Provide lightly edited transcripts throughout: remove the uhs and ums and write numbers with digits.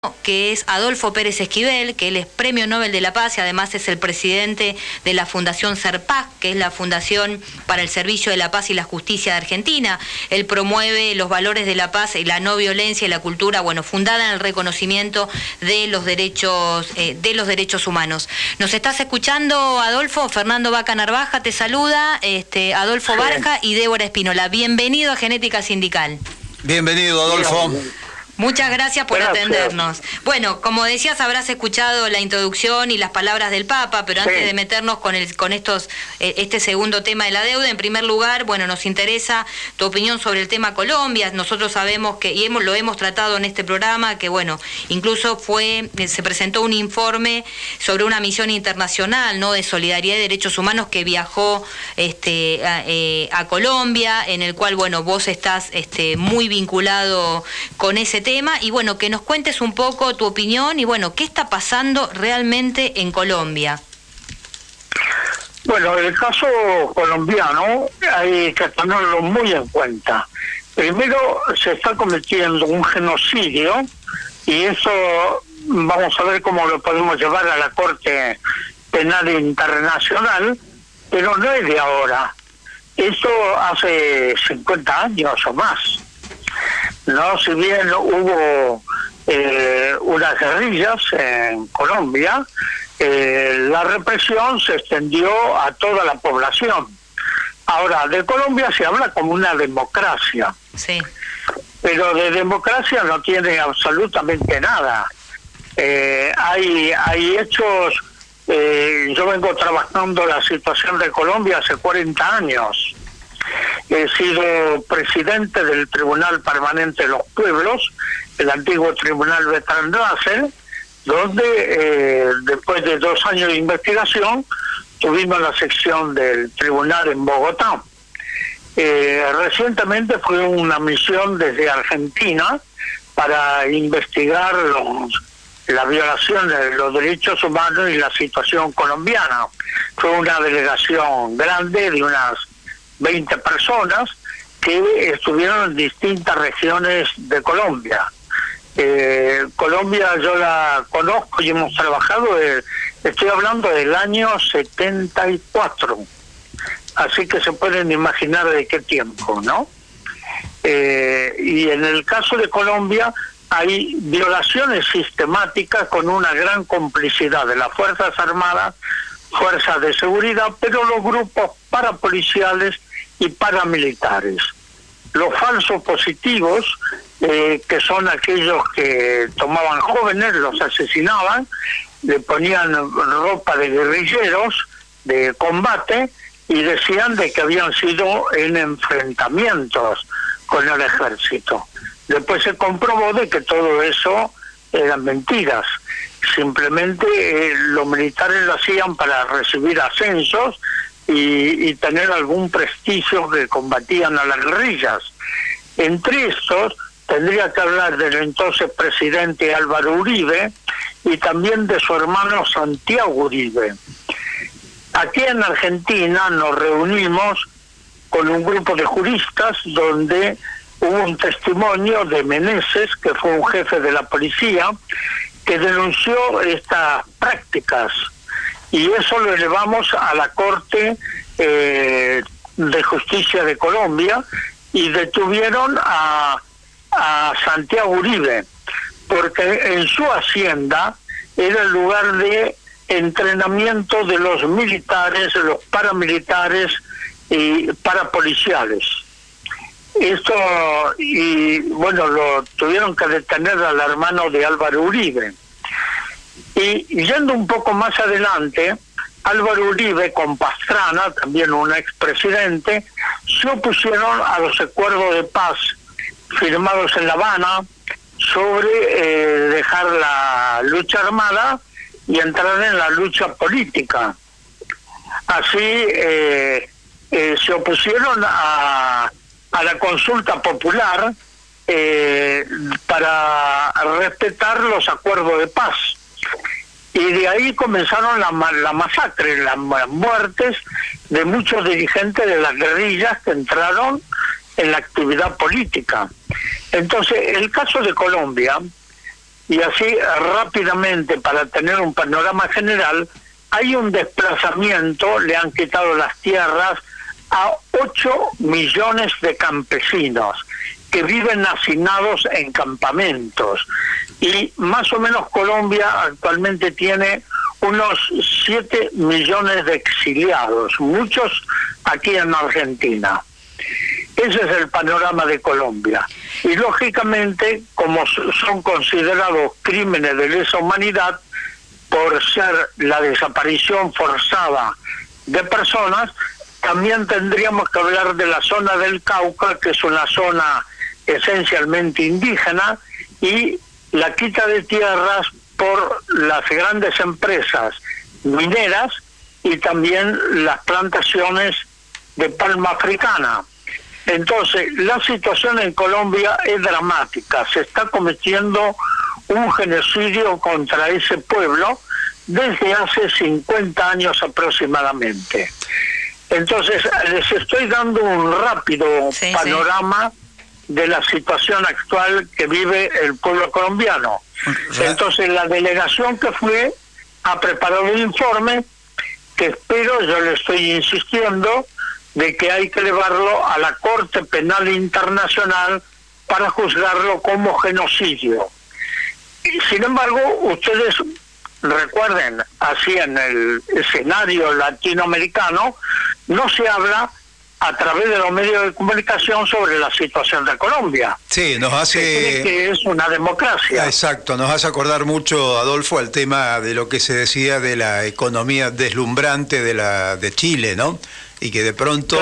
que es Adolfo Pérez Esquivel, que él es Premio Nobel de la Paz y además es el presidente de la Fundación CERPAC, que es la Fundación para el Servicio de la Paz y la Justicia de Argentina. Él promueve los valores de la paz y la no violencia y la cultura, fundada en el reconocimiento de los derechos humanos. ¿Nos estás escuchando, Adolfo? Fernando Vaca Narvaja te saluda, Adolfo Barja y Débora Espínola. Bienvenido a Genética Sindical. Bienvenido, Adolfo. Muchas gracias por atendernos. Bueno, como decías, habrás escuchado la introducción y las palabras del Papa, pero antes de meternos con este segundo tema de la deuda, en primer lugar, nos interesa tu opinión sobre el tema Colombia. Nosotros sabemos que, y lo hemos tratado en este programa, que incluso se presentó un informe sobre una misión internacional, ¿no?, de solidaridad y derechos humanos que viajó a Colombia, en el cual, vos estás muy vinculado con ese tema, y que nos cuentes un poco tu opinión y qué está pasando realmente en Colombia. Bueno, el caso colombiano hay que tenerlo muy en cuenta. Primero, se está cometiendo un genocidio y eso vamos a ver cómo lo podemos llevar a la Corte Penal Internacional, pero no es de ahora. Esto hace 50 años o más. No, si bien hubo unas guerrillas en Colombia, la represión se extendió a toda la población. Ahora, de Colombia se habla como una democracia, sí, pero de democracia no tiene absolutamente nada. Hay hechos. Yo vengo trabajando la situación de Colombia hace 40 años. He sido presidente del Tribunal Permanente de los Pueblos, el antiguo Tribunal Bertrand Russell, donde después de 2 años de investigación tuvimos la sección del tribunal en Bogotá. Recientemente fue una misión desde Argentina para investigar la violación de los derechos humanos y la situación colombiana. Fue una delegación grande de unas 20 personas que estuvieron en distintas regiones de Colombia. Colombia yo la conozco y hemos trabajado, estoy hablando del año 74, así que se pueden imaginar de qué tiempo, ¿no? Y en el caso de Colombia hay violaciones sistemáticas con una gran complicidad de las Fuerzas Armadas, fuerzas de seguridad, pero los grupos parapoliciales y paramilitares. Los falsos positivos, que son aquellos que tomaban jóvenes, los asesinaban, le ponían ropa de guerrilleros de combate y decían de que habían sido en enfrentamientos con el ejército. Después se comprobó de que todo eso eran mentiras. Simplemente los militares lo hacían para recibir ascensos y tener algún prestigio que combatían a las guerrillas. Entre estos tendría que hablar del entonces presidente Álvaro Uribe y también de su hermano Santiago Uribe. Aquí en Argentina nos reunimos con un grupo de juristas donde hubo un testimonio de Meneses, que fue un jefe de la policía, que denunció estas prácticas, y eso lo elevamos a la Corte de Justicia de Colombia y detuvieron a Santiago Uribe, porque en su hacienda era el lugar de entrenamiento de los militares, los paramilitares y parapoliciales. Esto, lo tuvieron que detener al hermano de Álvaro Uribe. Y yendo un poco más adelante, Álvaro Uribe con Pastrana, también un expresidente, se opusieron a los acuerdos de paz firmados en La Habana sobre dejar la lucha armada y entrar en la lucha política. Así se opusieron a la consulta popular para respetar los acuerdos de paz. Y de ahí comenzaron la masacre, las muertes de muchos dirigentes de las guerrillas que entraron en la actividad política. Entonces, el caso de Colombia y así rápidamente, para tener un panorama general, hay un desplazamiento, le han quitado las tierras a 8 millones de campesinos que viven hacinados en campamentos, y más o menos Colombia actualmente tiene unos 7 millones de exiliados, muchos aquí en Argentina. Ese es el panorama de Colombia. Y lógicamente, como son considerados crímenes de lesa humanidad por ser la desaparición forzada de personas, también tendríamos que hablar de la zona del Cauca, que es una zona esencialmente indígena, y la quita de tierras por las grandes empresas mineras y también las plantaciones de palma africana. Entonces, la situación en Colombia es dramática. Se está cometiendo un genocidio contra ese pueblo desde hace 50 años aproximadamente. Entonces, les estoy dando un rápido panorama de la situación actual que vive el pueblo colombiano. Entonces, la delegación que fue ha preparado un informe que espero, yo le estoy insistiendo, de que hay que llevarlo a la Corte Penal Internacional para juzgarlo como genocidio. Y, sin embargo, ustedes recuerden, así en el escenario latinoamericano, no se habla a través de los medios de comunicación sobre la situación de Colombia. Sí, nos hace... Se cree que es una democracia. Exacto, nos hace acordar mucho, Adolfo, al tema de lo que se decía de la economía deslumbrante de Chile, ¿no? Y que de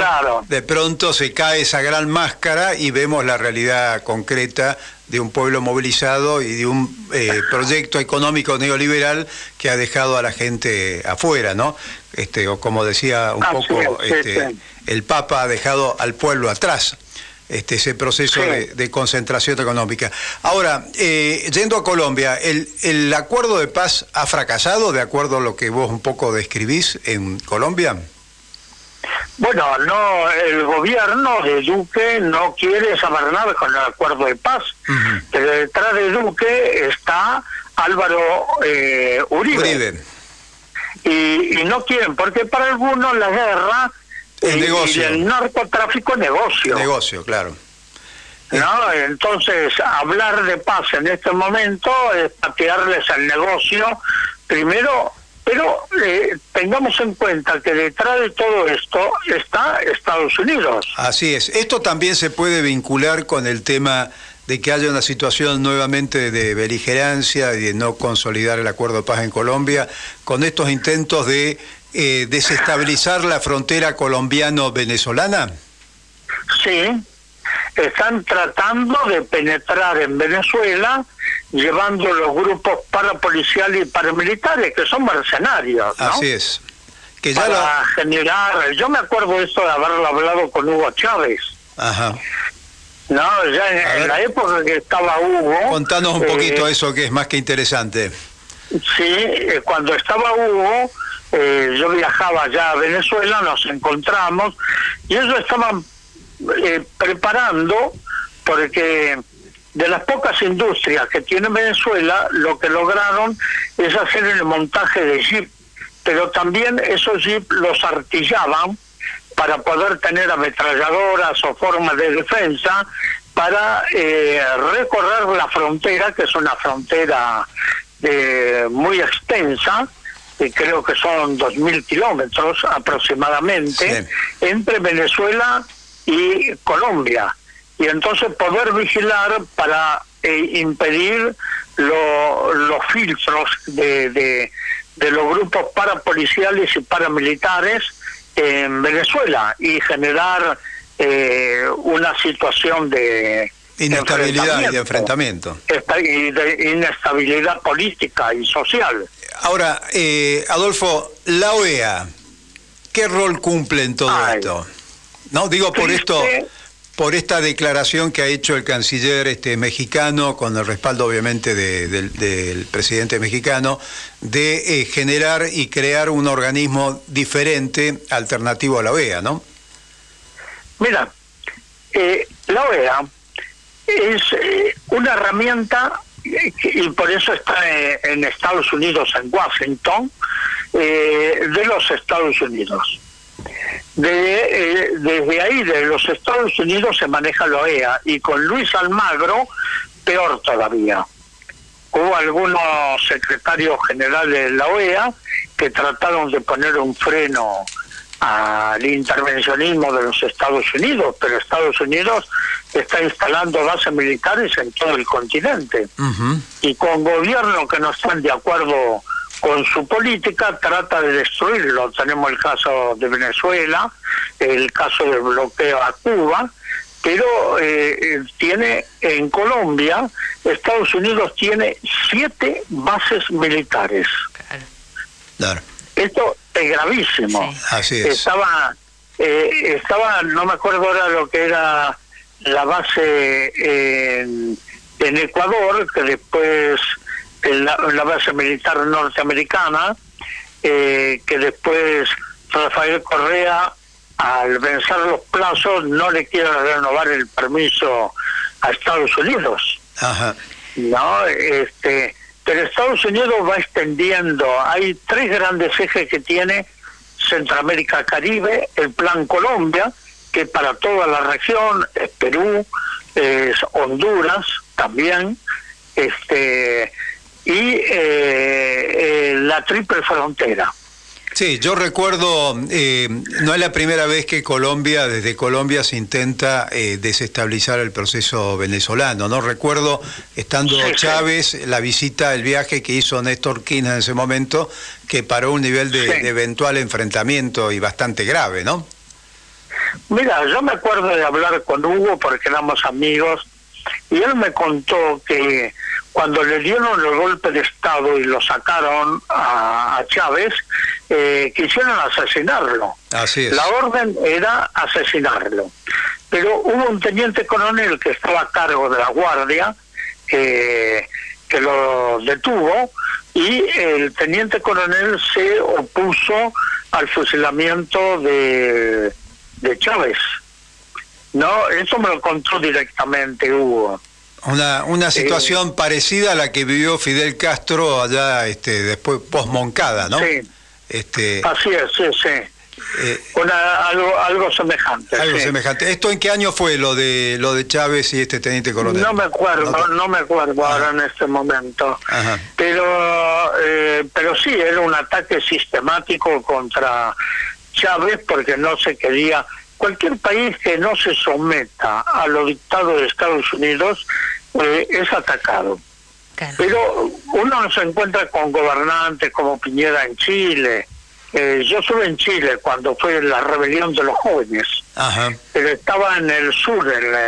pronto se cae esa gran máscara y vemos la realidad concreta de un pueblo movilizado y de un proyecto económico neoliberal que ha dejado a la gente afuera, ¿no? O como decía un poco, el Papa ha dejado al pueblo atrás, ese proceso de concentración económica. Ahora, yendo a Colombia, ¿el acuerdo de paz ha fracasado, de acuerdo a lo que vos un poco describís en Colombia? Bueno, no, el gobierno de Duque no quiere saber nada con el acuerdo de paz. Pero detrás de Duque está Álvaro Uribe. Y no quieren, porque para algunos la guerra y el narcotráfico es negocio. Negocio, claro. ¿No? Entonces, hablar de paz en este momento es patearles el negocio primero. Pero tengamos en cuenta que detrás de todo esto está Estados Unidos. Así es. Esto también se puede vincular con el tema de que haya una situación nuevamente de beligerancia y de no consolidar el acuerdo de paz en Colombia, con estos intentos de desestabilizar la frontera colombiano-venezolana. Sí, están tratando de penetrar en Venezuela, llevando los grupos parapoliciales y paramilitares, que son mercenarios, ¿no? Así es. Que ya para generar... Yo me acuerdo esto de haberlo hablado con Hugo Chávez. Ajá. No, ya en la época que estaba Hugo... Contanos un poquito eso, que es más que interesante. Sí, cuando estaba Hugo, yo viajaba ya a Venezuela, nos encontramos, y ellos estaban preparando, porque de las pocas industrias que tiene Venezuela, lo que lograron es hacer el montaje de jeep, pero también esos jeep los artillaban para poder tener ametralladoras o formas de defensa para recorrer la frontera, que es una frontera muy extensa, creo que son 2.000 kilómetros aproximadamente, entre Venezuela y Colombia, y entonces poder vigilar para impedir los filtros de los grupos parapoliciales y paramilitares en Venezuela y generar una situación de inestabilidad y de enfrentamiento. Y de inestabilidad política y social. Ahora, Adolfo, la OEA, ¿qué rol cumple en todo esto? No, digo por esto, por esta declaración que ha hecho el canciller mexicano, con el respaldo obviamente del presidente mexicano, de generar y crear un organismo diferente, alternativo a la OEA, ¿no? Mira, la OEA es una herramienta y por eso está en Estados Unidos, en Washington, de los Estados Unidos. Desde ahí, de los Estados Unidos, se maneja la OEA, y con Luis Almagro, peor todavía. Hubo algunos secretarios generales de la OEA que trataron de poner un freno al intervencionismo de los Estados Unidos, pero Estados Unidos está instalando bases militares en todo el continente. Y con gobiernos que no están de acuerdo con su política, trata de destruirlo. Tenemos el caso de Venezuela, el caso del bloqueo a Cuba, pero tiene en Colombia, Estados Unidos tiene 7 bases militares. Claro. Esto es gravísimo. Sí. Así es. Estaba, no me acuerdo ahora lo que era la base en Ecuador, que después la base militar norteamericana, que después Rafael Correa, al vencer los plazos, no le quiere renovar el permiso a Estados Unidos. Ajá. No, pero Estados Unidos va extendiendo. Hay 3 grandes ejes que tiene Centroamérica, Caribe, el Plan Colombia, que para toda la región, es Perú, es Honduras también, y la triple frontera. Sí, yo recuerdo, no es la primera vez que desde Colombia se intenta desestabilizar el proceso venezolano, ¿no? Recuerdo, estando Chávez, la visita, el viaje que hizo Néstor Kirchner en ese momento, que paró un nivel de eventual enfrentamiento y bastante grave, ¿no? Mira, yo me acuerdo de hablar con Hugo porque éramos amigos, y él me contó que cuando le dieron el golpe de Estado y lo sacaron a Chávez, quisieron asesinarlo. Así es. La orden era asesinarlo. Pero hubo un teniente coronel que estaba a cargo de la guardia, que lo detuvo, y el teniente coronel se opuso al fusilamiento de Chávez. No, eso me lo contó directamente Hugo. Una situación parecida a la que vivió Fidel Castro allá después post-Moncada, ¿no? Sí. Así es, sí. Algo semejante. Algo semejante. ¿Esto en qué año fue lo de Chávez y este teniente coronel? No me acuerdo ahora en este momento. Ajá. Pero sí, era un ataque sistemático contra Chávez porque no se quería. Cualquier país que no se someta a lo dictado de Estados Unidos es atacado. Claro. Pero uno se encuentra con gobernantes como Piñera en Chile. Yo estuve en Chile cuando fue la rebelión de los jóvenes. Ajá. Pero estaba en el sur,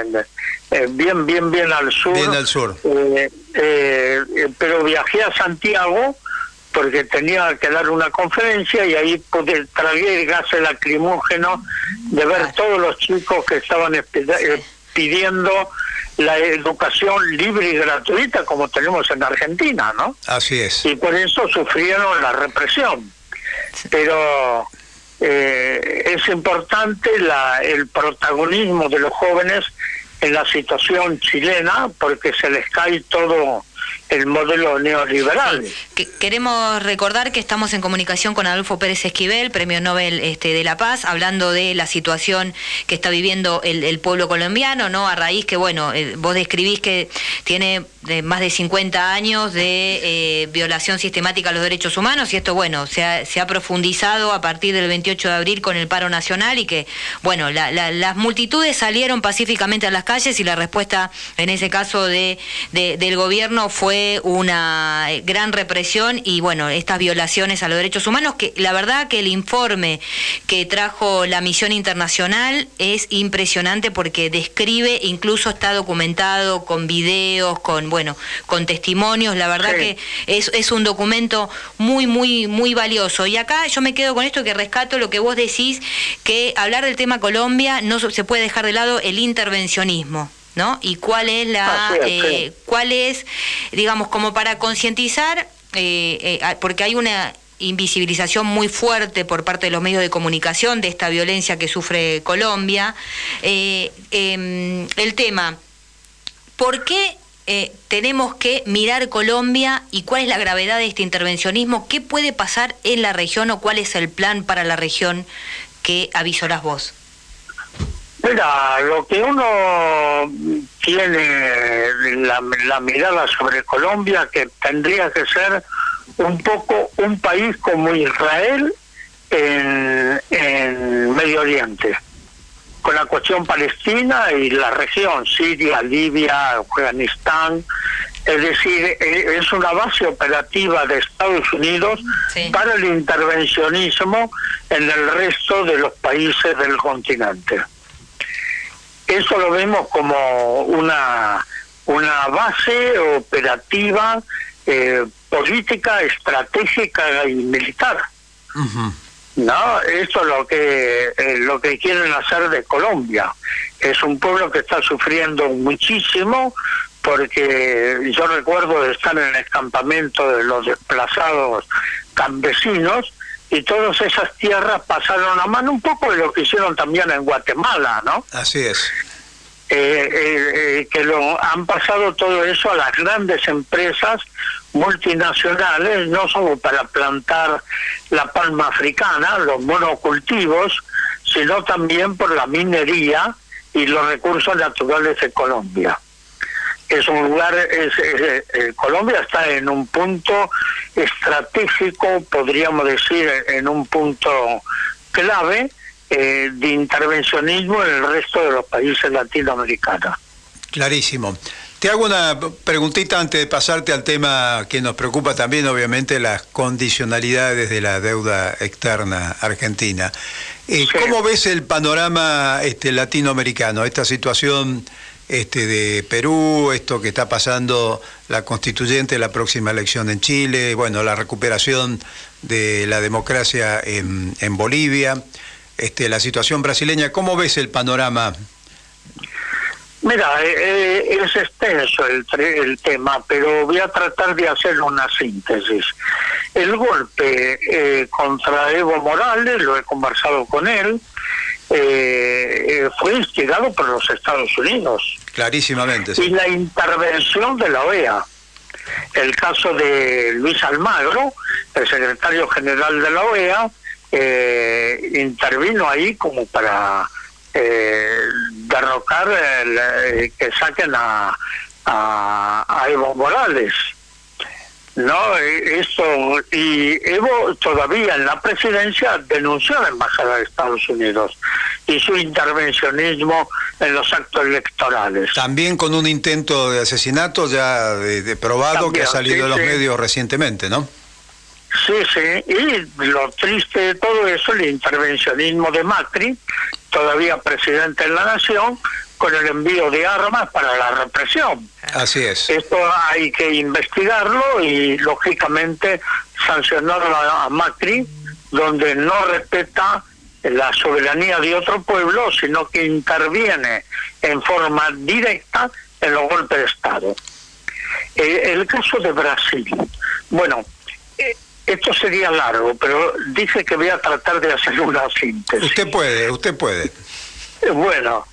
bien al sur. Bien al sur. Pero viajé a Santiago porque tenía que dar una conferencia y ahí tragué el gas lacrimógeno de ver todos los chicos que estaban pidiendo la educación libre y gratuita como tenemos en Argentina, ¿no? Así es. Y por eso sufrieron la represión. Pero es importante el protagonismo de los jóvenes en la situación chilena porque se les cae todo el modelo neoliberal. Sí. Queremos recordar que estamos en comunicación con Adolfo Pérez Esquivel, Premio Nobel de la Paz, hablando de la situación que está viviendo el pueblo colombiano, ¿no? A raíz que, bueno, vos describís que tiene más de 50 años de violación sistemática a los derechos humanos, y esto, bueno, se ha profundizado a partir del 28 de abril con el paro nacional, y que, bueno, las multitudes salieron pacíficamente a las calles, y la respuesta, en ese caso del gobierno, fue una gran represión y, bueno, estas violaciones a los derechos humanos, que la verdad que el informe que trajo la misión internacional es impresionante porque describe, incluso está documentado con videos, con testimonios. La verdad que es un documento muy valioso. Y acá yo me quedo con esto, que rescato lo que vos decís, que hablar del tema Colombia no se puede dejar de lado el intervencionismo, ¿no? Y cuál es, digamos, como para concientizar, porque hay una invisibilización muy fuerte por parte de los medios de comunicación de esta violencia que sufre Colombia. El tema, ¿por qué tenemos que mirar Colombia y cuál es la gravedad de este intervencionismo, qué puede pasar en la región o cuál es el plan para la región que avisorás vos. Mira, lo que uno tiene la mirada sobre Colombia, que tendría que ser un poco un país como Israel en Medio Oriente, con la cuestión palestina y la región, Siria, Libia, Afganistán. Es decir, es una base operativa de Estados Unidos para el intervencionismo en el resto de los países del continente. Eso lo vemos como una base operativa, política, estratégica y militar. Uh-huh. No, esto es lo que quieren hacer de Colombia. Es un pueblo que está sufriendo muchísimo, porque yo recuerdo de estar en el campamento de los desplazados campesinos, y todas esas tierras pasaron a mano, un poco de lo que hicieron también en Guatemala, ¿no? Así es. Que han pasado todo eso a las grandes empresas multinacionales, no solo para plantar la palma africana, los monocultivos, sino también por la minería y los recursos naturales de Colombia. Es un lugar, Colombia está en un punto estratégico, podríamos decir, en un punto clave de intervencionismo en el resto de los países latinoamericanos. Clarísimo. Te hago una preguntita antes de pasarte al tema que nos preocupa también, obviamente, las condicionalidades de la deuda externa argentina. Sí. ¿Cómo ves el panorama latinoamericano, esta situación de Perú, esto que está pasando la constituyente, la próxima elección en Chile, bueno, la recuperación de la democracia en Bolivia, la situación brasileña? ¿Cómo ves el panorama? Mira, es extenso el tema, pero voy a tratar de hacer una síntesis. El golpe contra Evo Morales, lo he conversado con él, fue instigado por los Estados Unidos. Clarísimamente, sí. Y la intervención de la OEA. El caso de Luis Almagro, el secretario general de la OEA, intervino ahí como para derrocar, que saquen a Evo Morales. No, y Evo todavía en la presidencia denunció a la embajada de Estados Unidos y su intervencionismo en los actos electorales. También con un intento de asesinato ya probado, también, que ha salido de los medios recientemente, ¿no? Sí, sí, y lo triste de todo eso, el intervencionismo de Macri, todavía presidente de la Nación, con el envío de armas para la represión. Así es. Esto hay que investigarlo y, lógicamente, sancionar a Macri, donde no respeta la soberanía de otro pueblo, sino que interviene en forma directa en los golpes de Estado. El caso de Brasil. Bueno, esto sería largo, pero dice que voy a tratar de hacer una síntesis. Usted puede. Bueno,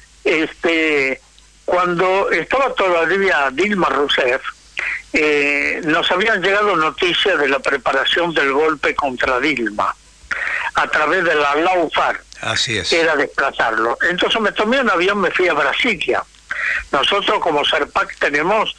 cuando estaba todavía Dilma Rousseff, nos habían llegado noticias de la preparación del golpe contra Dilma a través de la Laufar. Así es. Era desplazarlo. Entonces me tomé un avión, me fui a Brasilia. Nosotros como SERPAC tenemos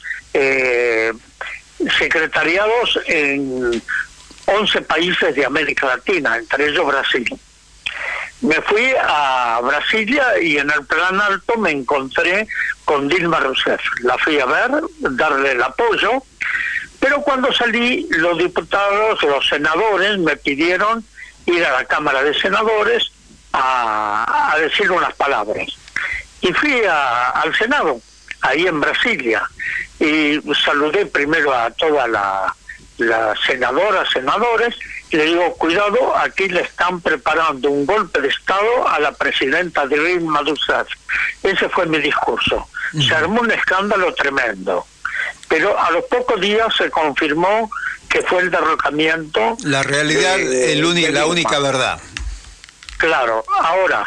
secretariados en 11 países de América Latina, entre ellos Brasil. Me fui a Brasilia y en el plan alto me encontré con Dilma Rousseff. La fui a ver, darle el apoyo, pero cuando salí, los diputados, los senadores me pidieron ir a la Cámara de Senadores a decir unas palabras. Y fui al Senado, ahí en Brasilia, y saludé primero a toda la senadoras, senadores, y le digo, cuidado, aquí le están preparando un golpe de Estado a la presidenta Dilma Rousseff. Ese fue mi discurso. Se armó un escándalo tremendo, pero a los pocos días se confirmó que fue el derrocamiento. La realidad, la única verdad. Claro. Ahora,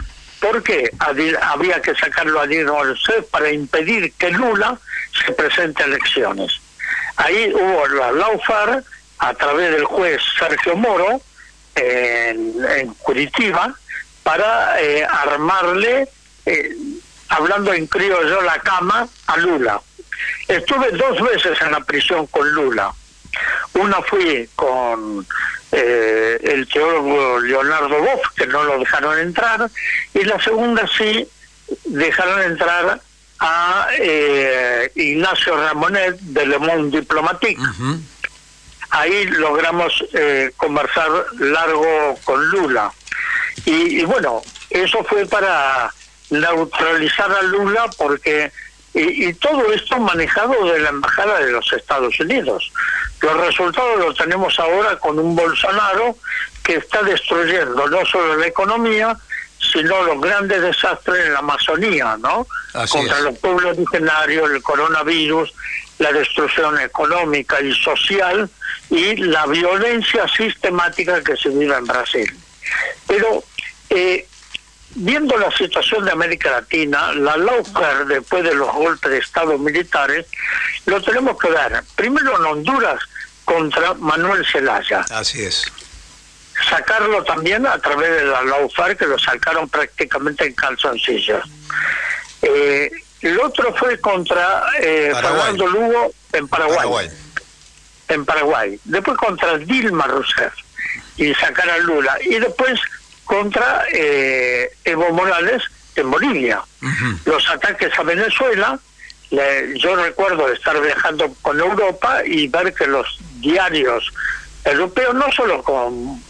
¿Por qué? Había que sacarlo a Dilma Rousseff para impedir que Lula se presente a elecciones. Ahí hubo la lawfare a través del juez Sergio Moro en Curitiba para armarle, hablando en criollo, la cama a Lula. Estuve 2 veces en la prisión con Lula. Una fui con el teólogo Leonardo Boff, que no lo dejaron entrar, y la segunda sí dejaron entrar a Ignacio Ramonet de Le Monde Diplomatique. Ahí logramos conversar largo con Lula. Y bueno, eso fue para neutralizar a Lula, porque y todo esto manejado de la Embajada de los Estados Unidos. Los resultados los tenemos ahora con un Bolsonaro que está destruyendo no solo la economía, sino los grandes desastres en la Amazonía, ¿no? Contra los pueblos originarios, el coronavirus, la destrucción económica y social y la violencia sistemática que se vive en Brasil. Pero viendo la situación de América Latina, la lawfare después de los golpes de Estado militares, lo tenemos que ver primero en Honduras contra Manuel Zelaya. Así es. Sacarlo también a través de la lawfare, que lo sacaron prácticamente en calzoncillos. El otro fue contra Fernando Lugo en Paraguay. En Paraguay. Después contra Dilma Rousseff y sacar a Lula. Y después contra Evo Morales en Bolivia. Los ataques a Venezuela, yo recuerdo estar viajando con Europa y ver que los diarios europeos, no solo con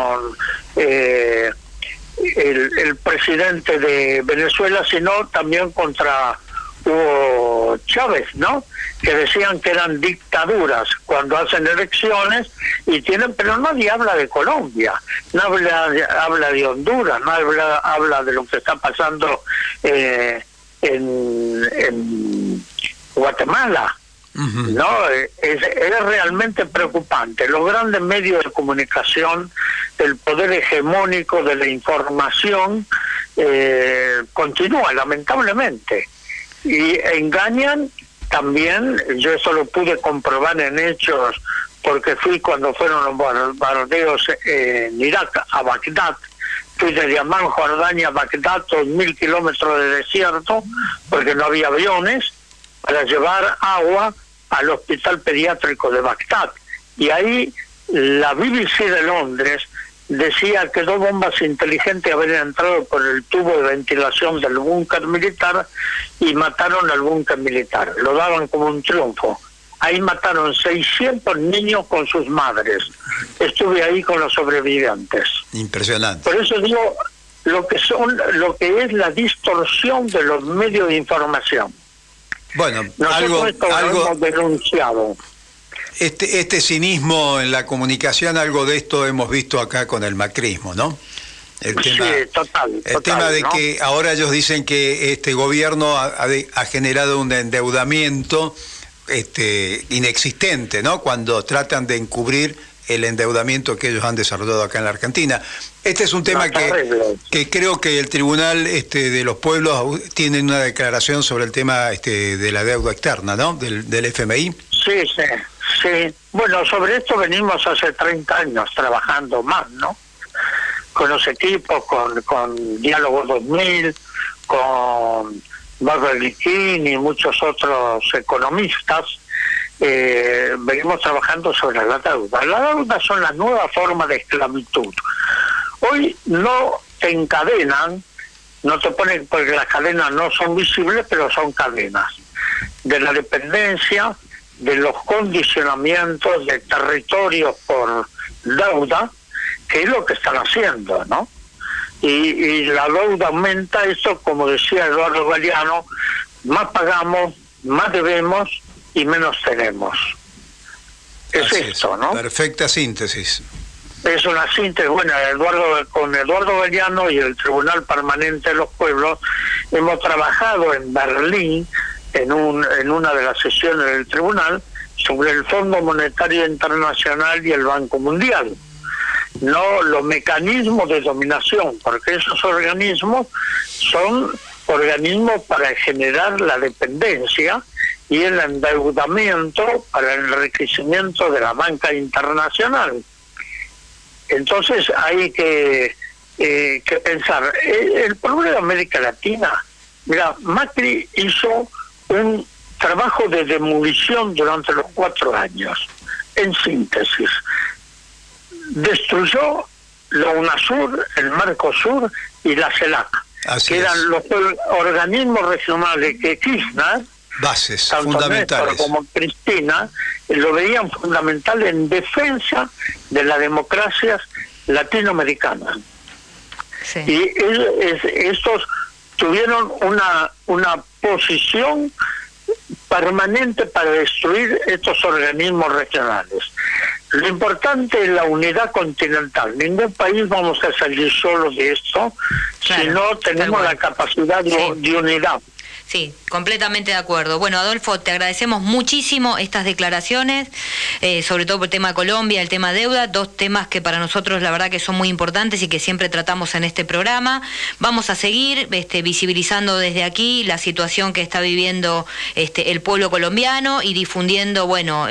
el presidente de Venezuela, sino también contra Hugo Chávez, ¿no? Que decían que eran dictaduras cuando hacen elecciones y tienen, pero nadie habla de Colombia, no habla de Honduras, no habla de lo que está pasando en Guatemala. No, es realmente preocupante. Los grandes medios de comunicación, el poder hegemónico de la información continúa lamentablemente y engañan también. Yo eso lo pude comprobar en hechos porque fui cuando fueron los bombardeos en Irak a Bagdad. Fui de Amán, Jordania a Bagdad, 2.000 kilómetros de desierto porque no había aviones, para llevar agua al hospital pediátrico de Bagdad. Y ahí la BBC de Londres decía que 2 bombas inteligentes habían entrado por el tubo de ventilación del búnker militar y mataron al búnker militar. Lo daban como un triunfo. Ahí mataron 600 niños con sus madres. Estuve ahí con los sobrevivientes. Impresionante. Por eso digo lo que es la distorsión de los medios de información. Bueno, nosotros algo hemos denunciado. Este cinismo en la comunicación, algo de esto hemos visto acá con el macrismo, ¿no? El tema de, ¿no?, que ahora ellos dicen que este gobierno ha generado un endeudamiento inexistente, ¿no? Cuando tratan de encubrir el endeudamiento que ellos han desarrollado acá en la Argentina. Este es un tema que creo que el Tribunal de los Pueblos tiene una declaración sobre el tema de la deuda externa, ¿no? Del FMI. Sí. Bueno, sobre esto venimos hace 30 años trabajando más, ¿no? Con los equipos, con Diálogo 2000, con Barberliquín y muchos otros economistas. Venimos trabajando sobre la deuda. La deuda son las nuevas formas de esclavitud. Hoy no te encadenan, no te ponen, porque las cadenas no son visibles, pero son cadenas de la dependencia, de los condicionamientos de territorios por deuda, que es lo que están haciendo, ¿no? Y la deuda aumenta. Esto, como decía Eduardo Galeano, más pagamos, más debemos y menos tenemos. Es esto, ¿no? Perfecta síntesis. Es una síntesis. Bueno, con Eduardo Galeano y el Tribunal Permanente de los Pueblos hemos trabajado en Berlín en una de las sesiones del tribunal sobre el Fondo Monetario Internacional y el Banco Mundial. no los mecanismos de dominación, porque esos organismos son organismos para generar la dependencia y el endeudamiento para el enriquecimiento de la banca internacional. Entonces hay que pensar. El problema de América Latina, mira, Macri hizo un trabajo de demolición durante los 4 años. En síntesis, destruyó la UNASUR, el Mercosur y la CELAC, que eran los organismos regionales que Kirchner, bases tanto fundamentales, Néstor como Cristina, lo veían fundamental en defensa de las democracias latinoamericanas. Sí. Y estos tuvieron una posición permanente para destruir estos organismos regionales. Lo importante es la unidad continental. Ningún país vamos a salir solos de esto, claro, si no tenemos la capacidad de unidad. Sí, completamente de acuerdo. Bueno, Adolfo, te agradecemos muchísimo estas declaraciones, sobre todo por el tema de Colombia, el tema deuda, 2 temas que para nosotros la verdad que son muy importantes y que siempre tratamos en este programa. Vamos a seguir visibilizando desde aquí la situación que está viviendo el pueblo colombiano y difundiendo, bueno,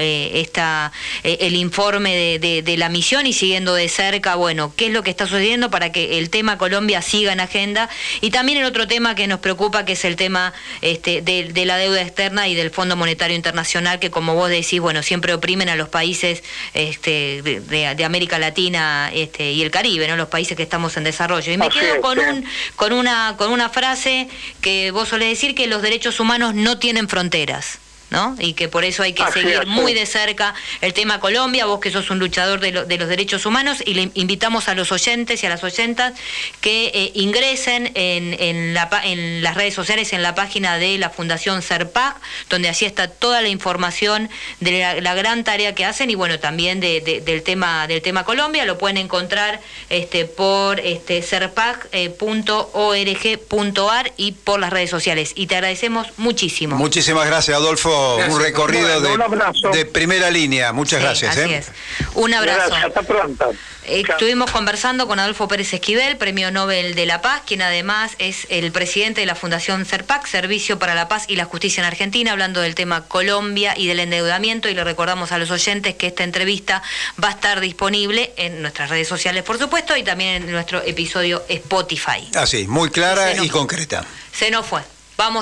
el informe de la misión y siguiendo de cerca, bueno, qué es lo que está sucediendo para que el tema Colombia siga en agenda. Y también el otro tema que nos preocupa, que es el tema de la deuda externa y del Fondo Monetario Internacional, que como vos decís, bueno, siempre oprimen a los países de América Latina y el Caribe, ¿no? Los países que estamos en desarrollo. Y me quedo con una frase que vos solés decir, que los derechos humanos no tienen fronteras, ¿no? Y que por eso hay que seguir muy de cerca el tema Colombia, vos que sos un luchador de los derechos humanos, y le invitamos a los oyentes y a las oyentas que ingresen en las redes sociales, en la página de la Fundación CERPAC, donde así está toda la información de la gran tarea que hacen, y bueno, también del tema Colombia. Lo pueden encontrar por cerpac.org.ar y por las redes sociales. Y te agradecemos muchísimo. Muchísimas gracias, Adolfo. Gracias. Un recorrido de primera línea. Muchas gracias. Así es. Un abrazo. Gracias, hasta pronto. Estuvimos conversando con Adolfo Pérez Esquivel, Premio Nobel de la Paz, quien además es el presidente de la Fundación CERPAC, Servicio para la Paz y la Justicia en Argentina, hablando del tema Colombia y del endeudamiento. Y le recordamos a los oyentes que esta entrevista va a estar disponible en nuestras redes sociales, por supuesto, y también en nuestro episodio Spotify. Así, muy clara y concreta. Se nos fue.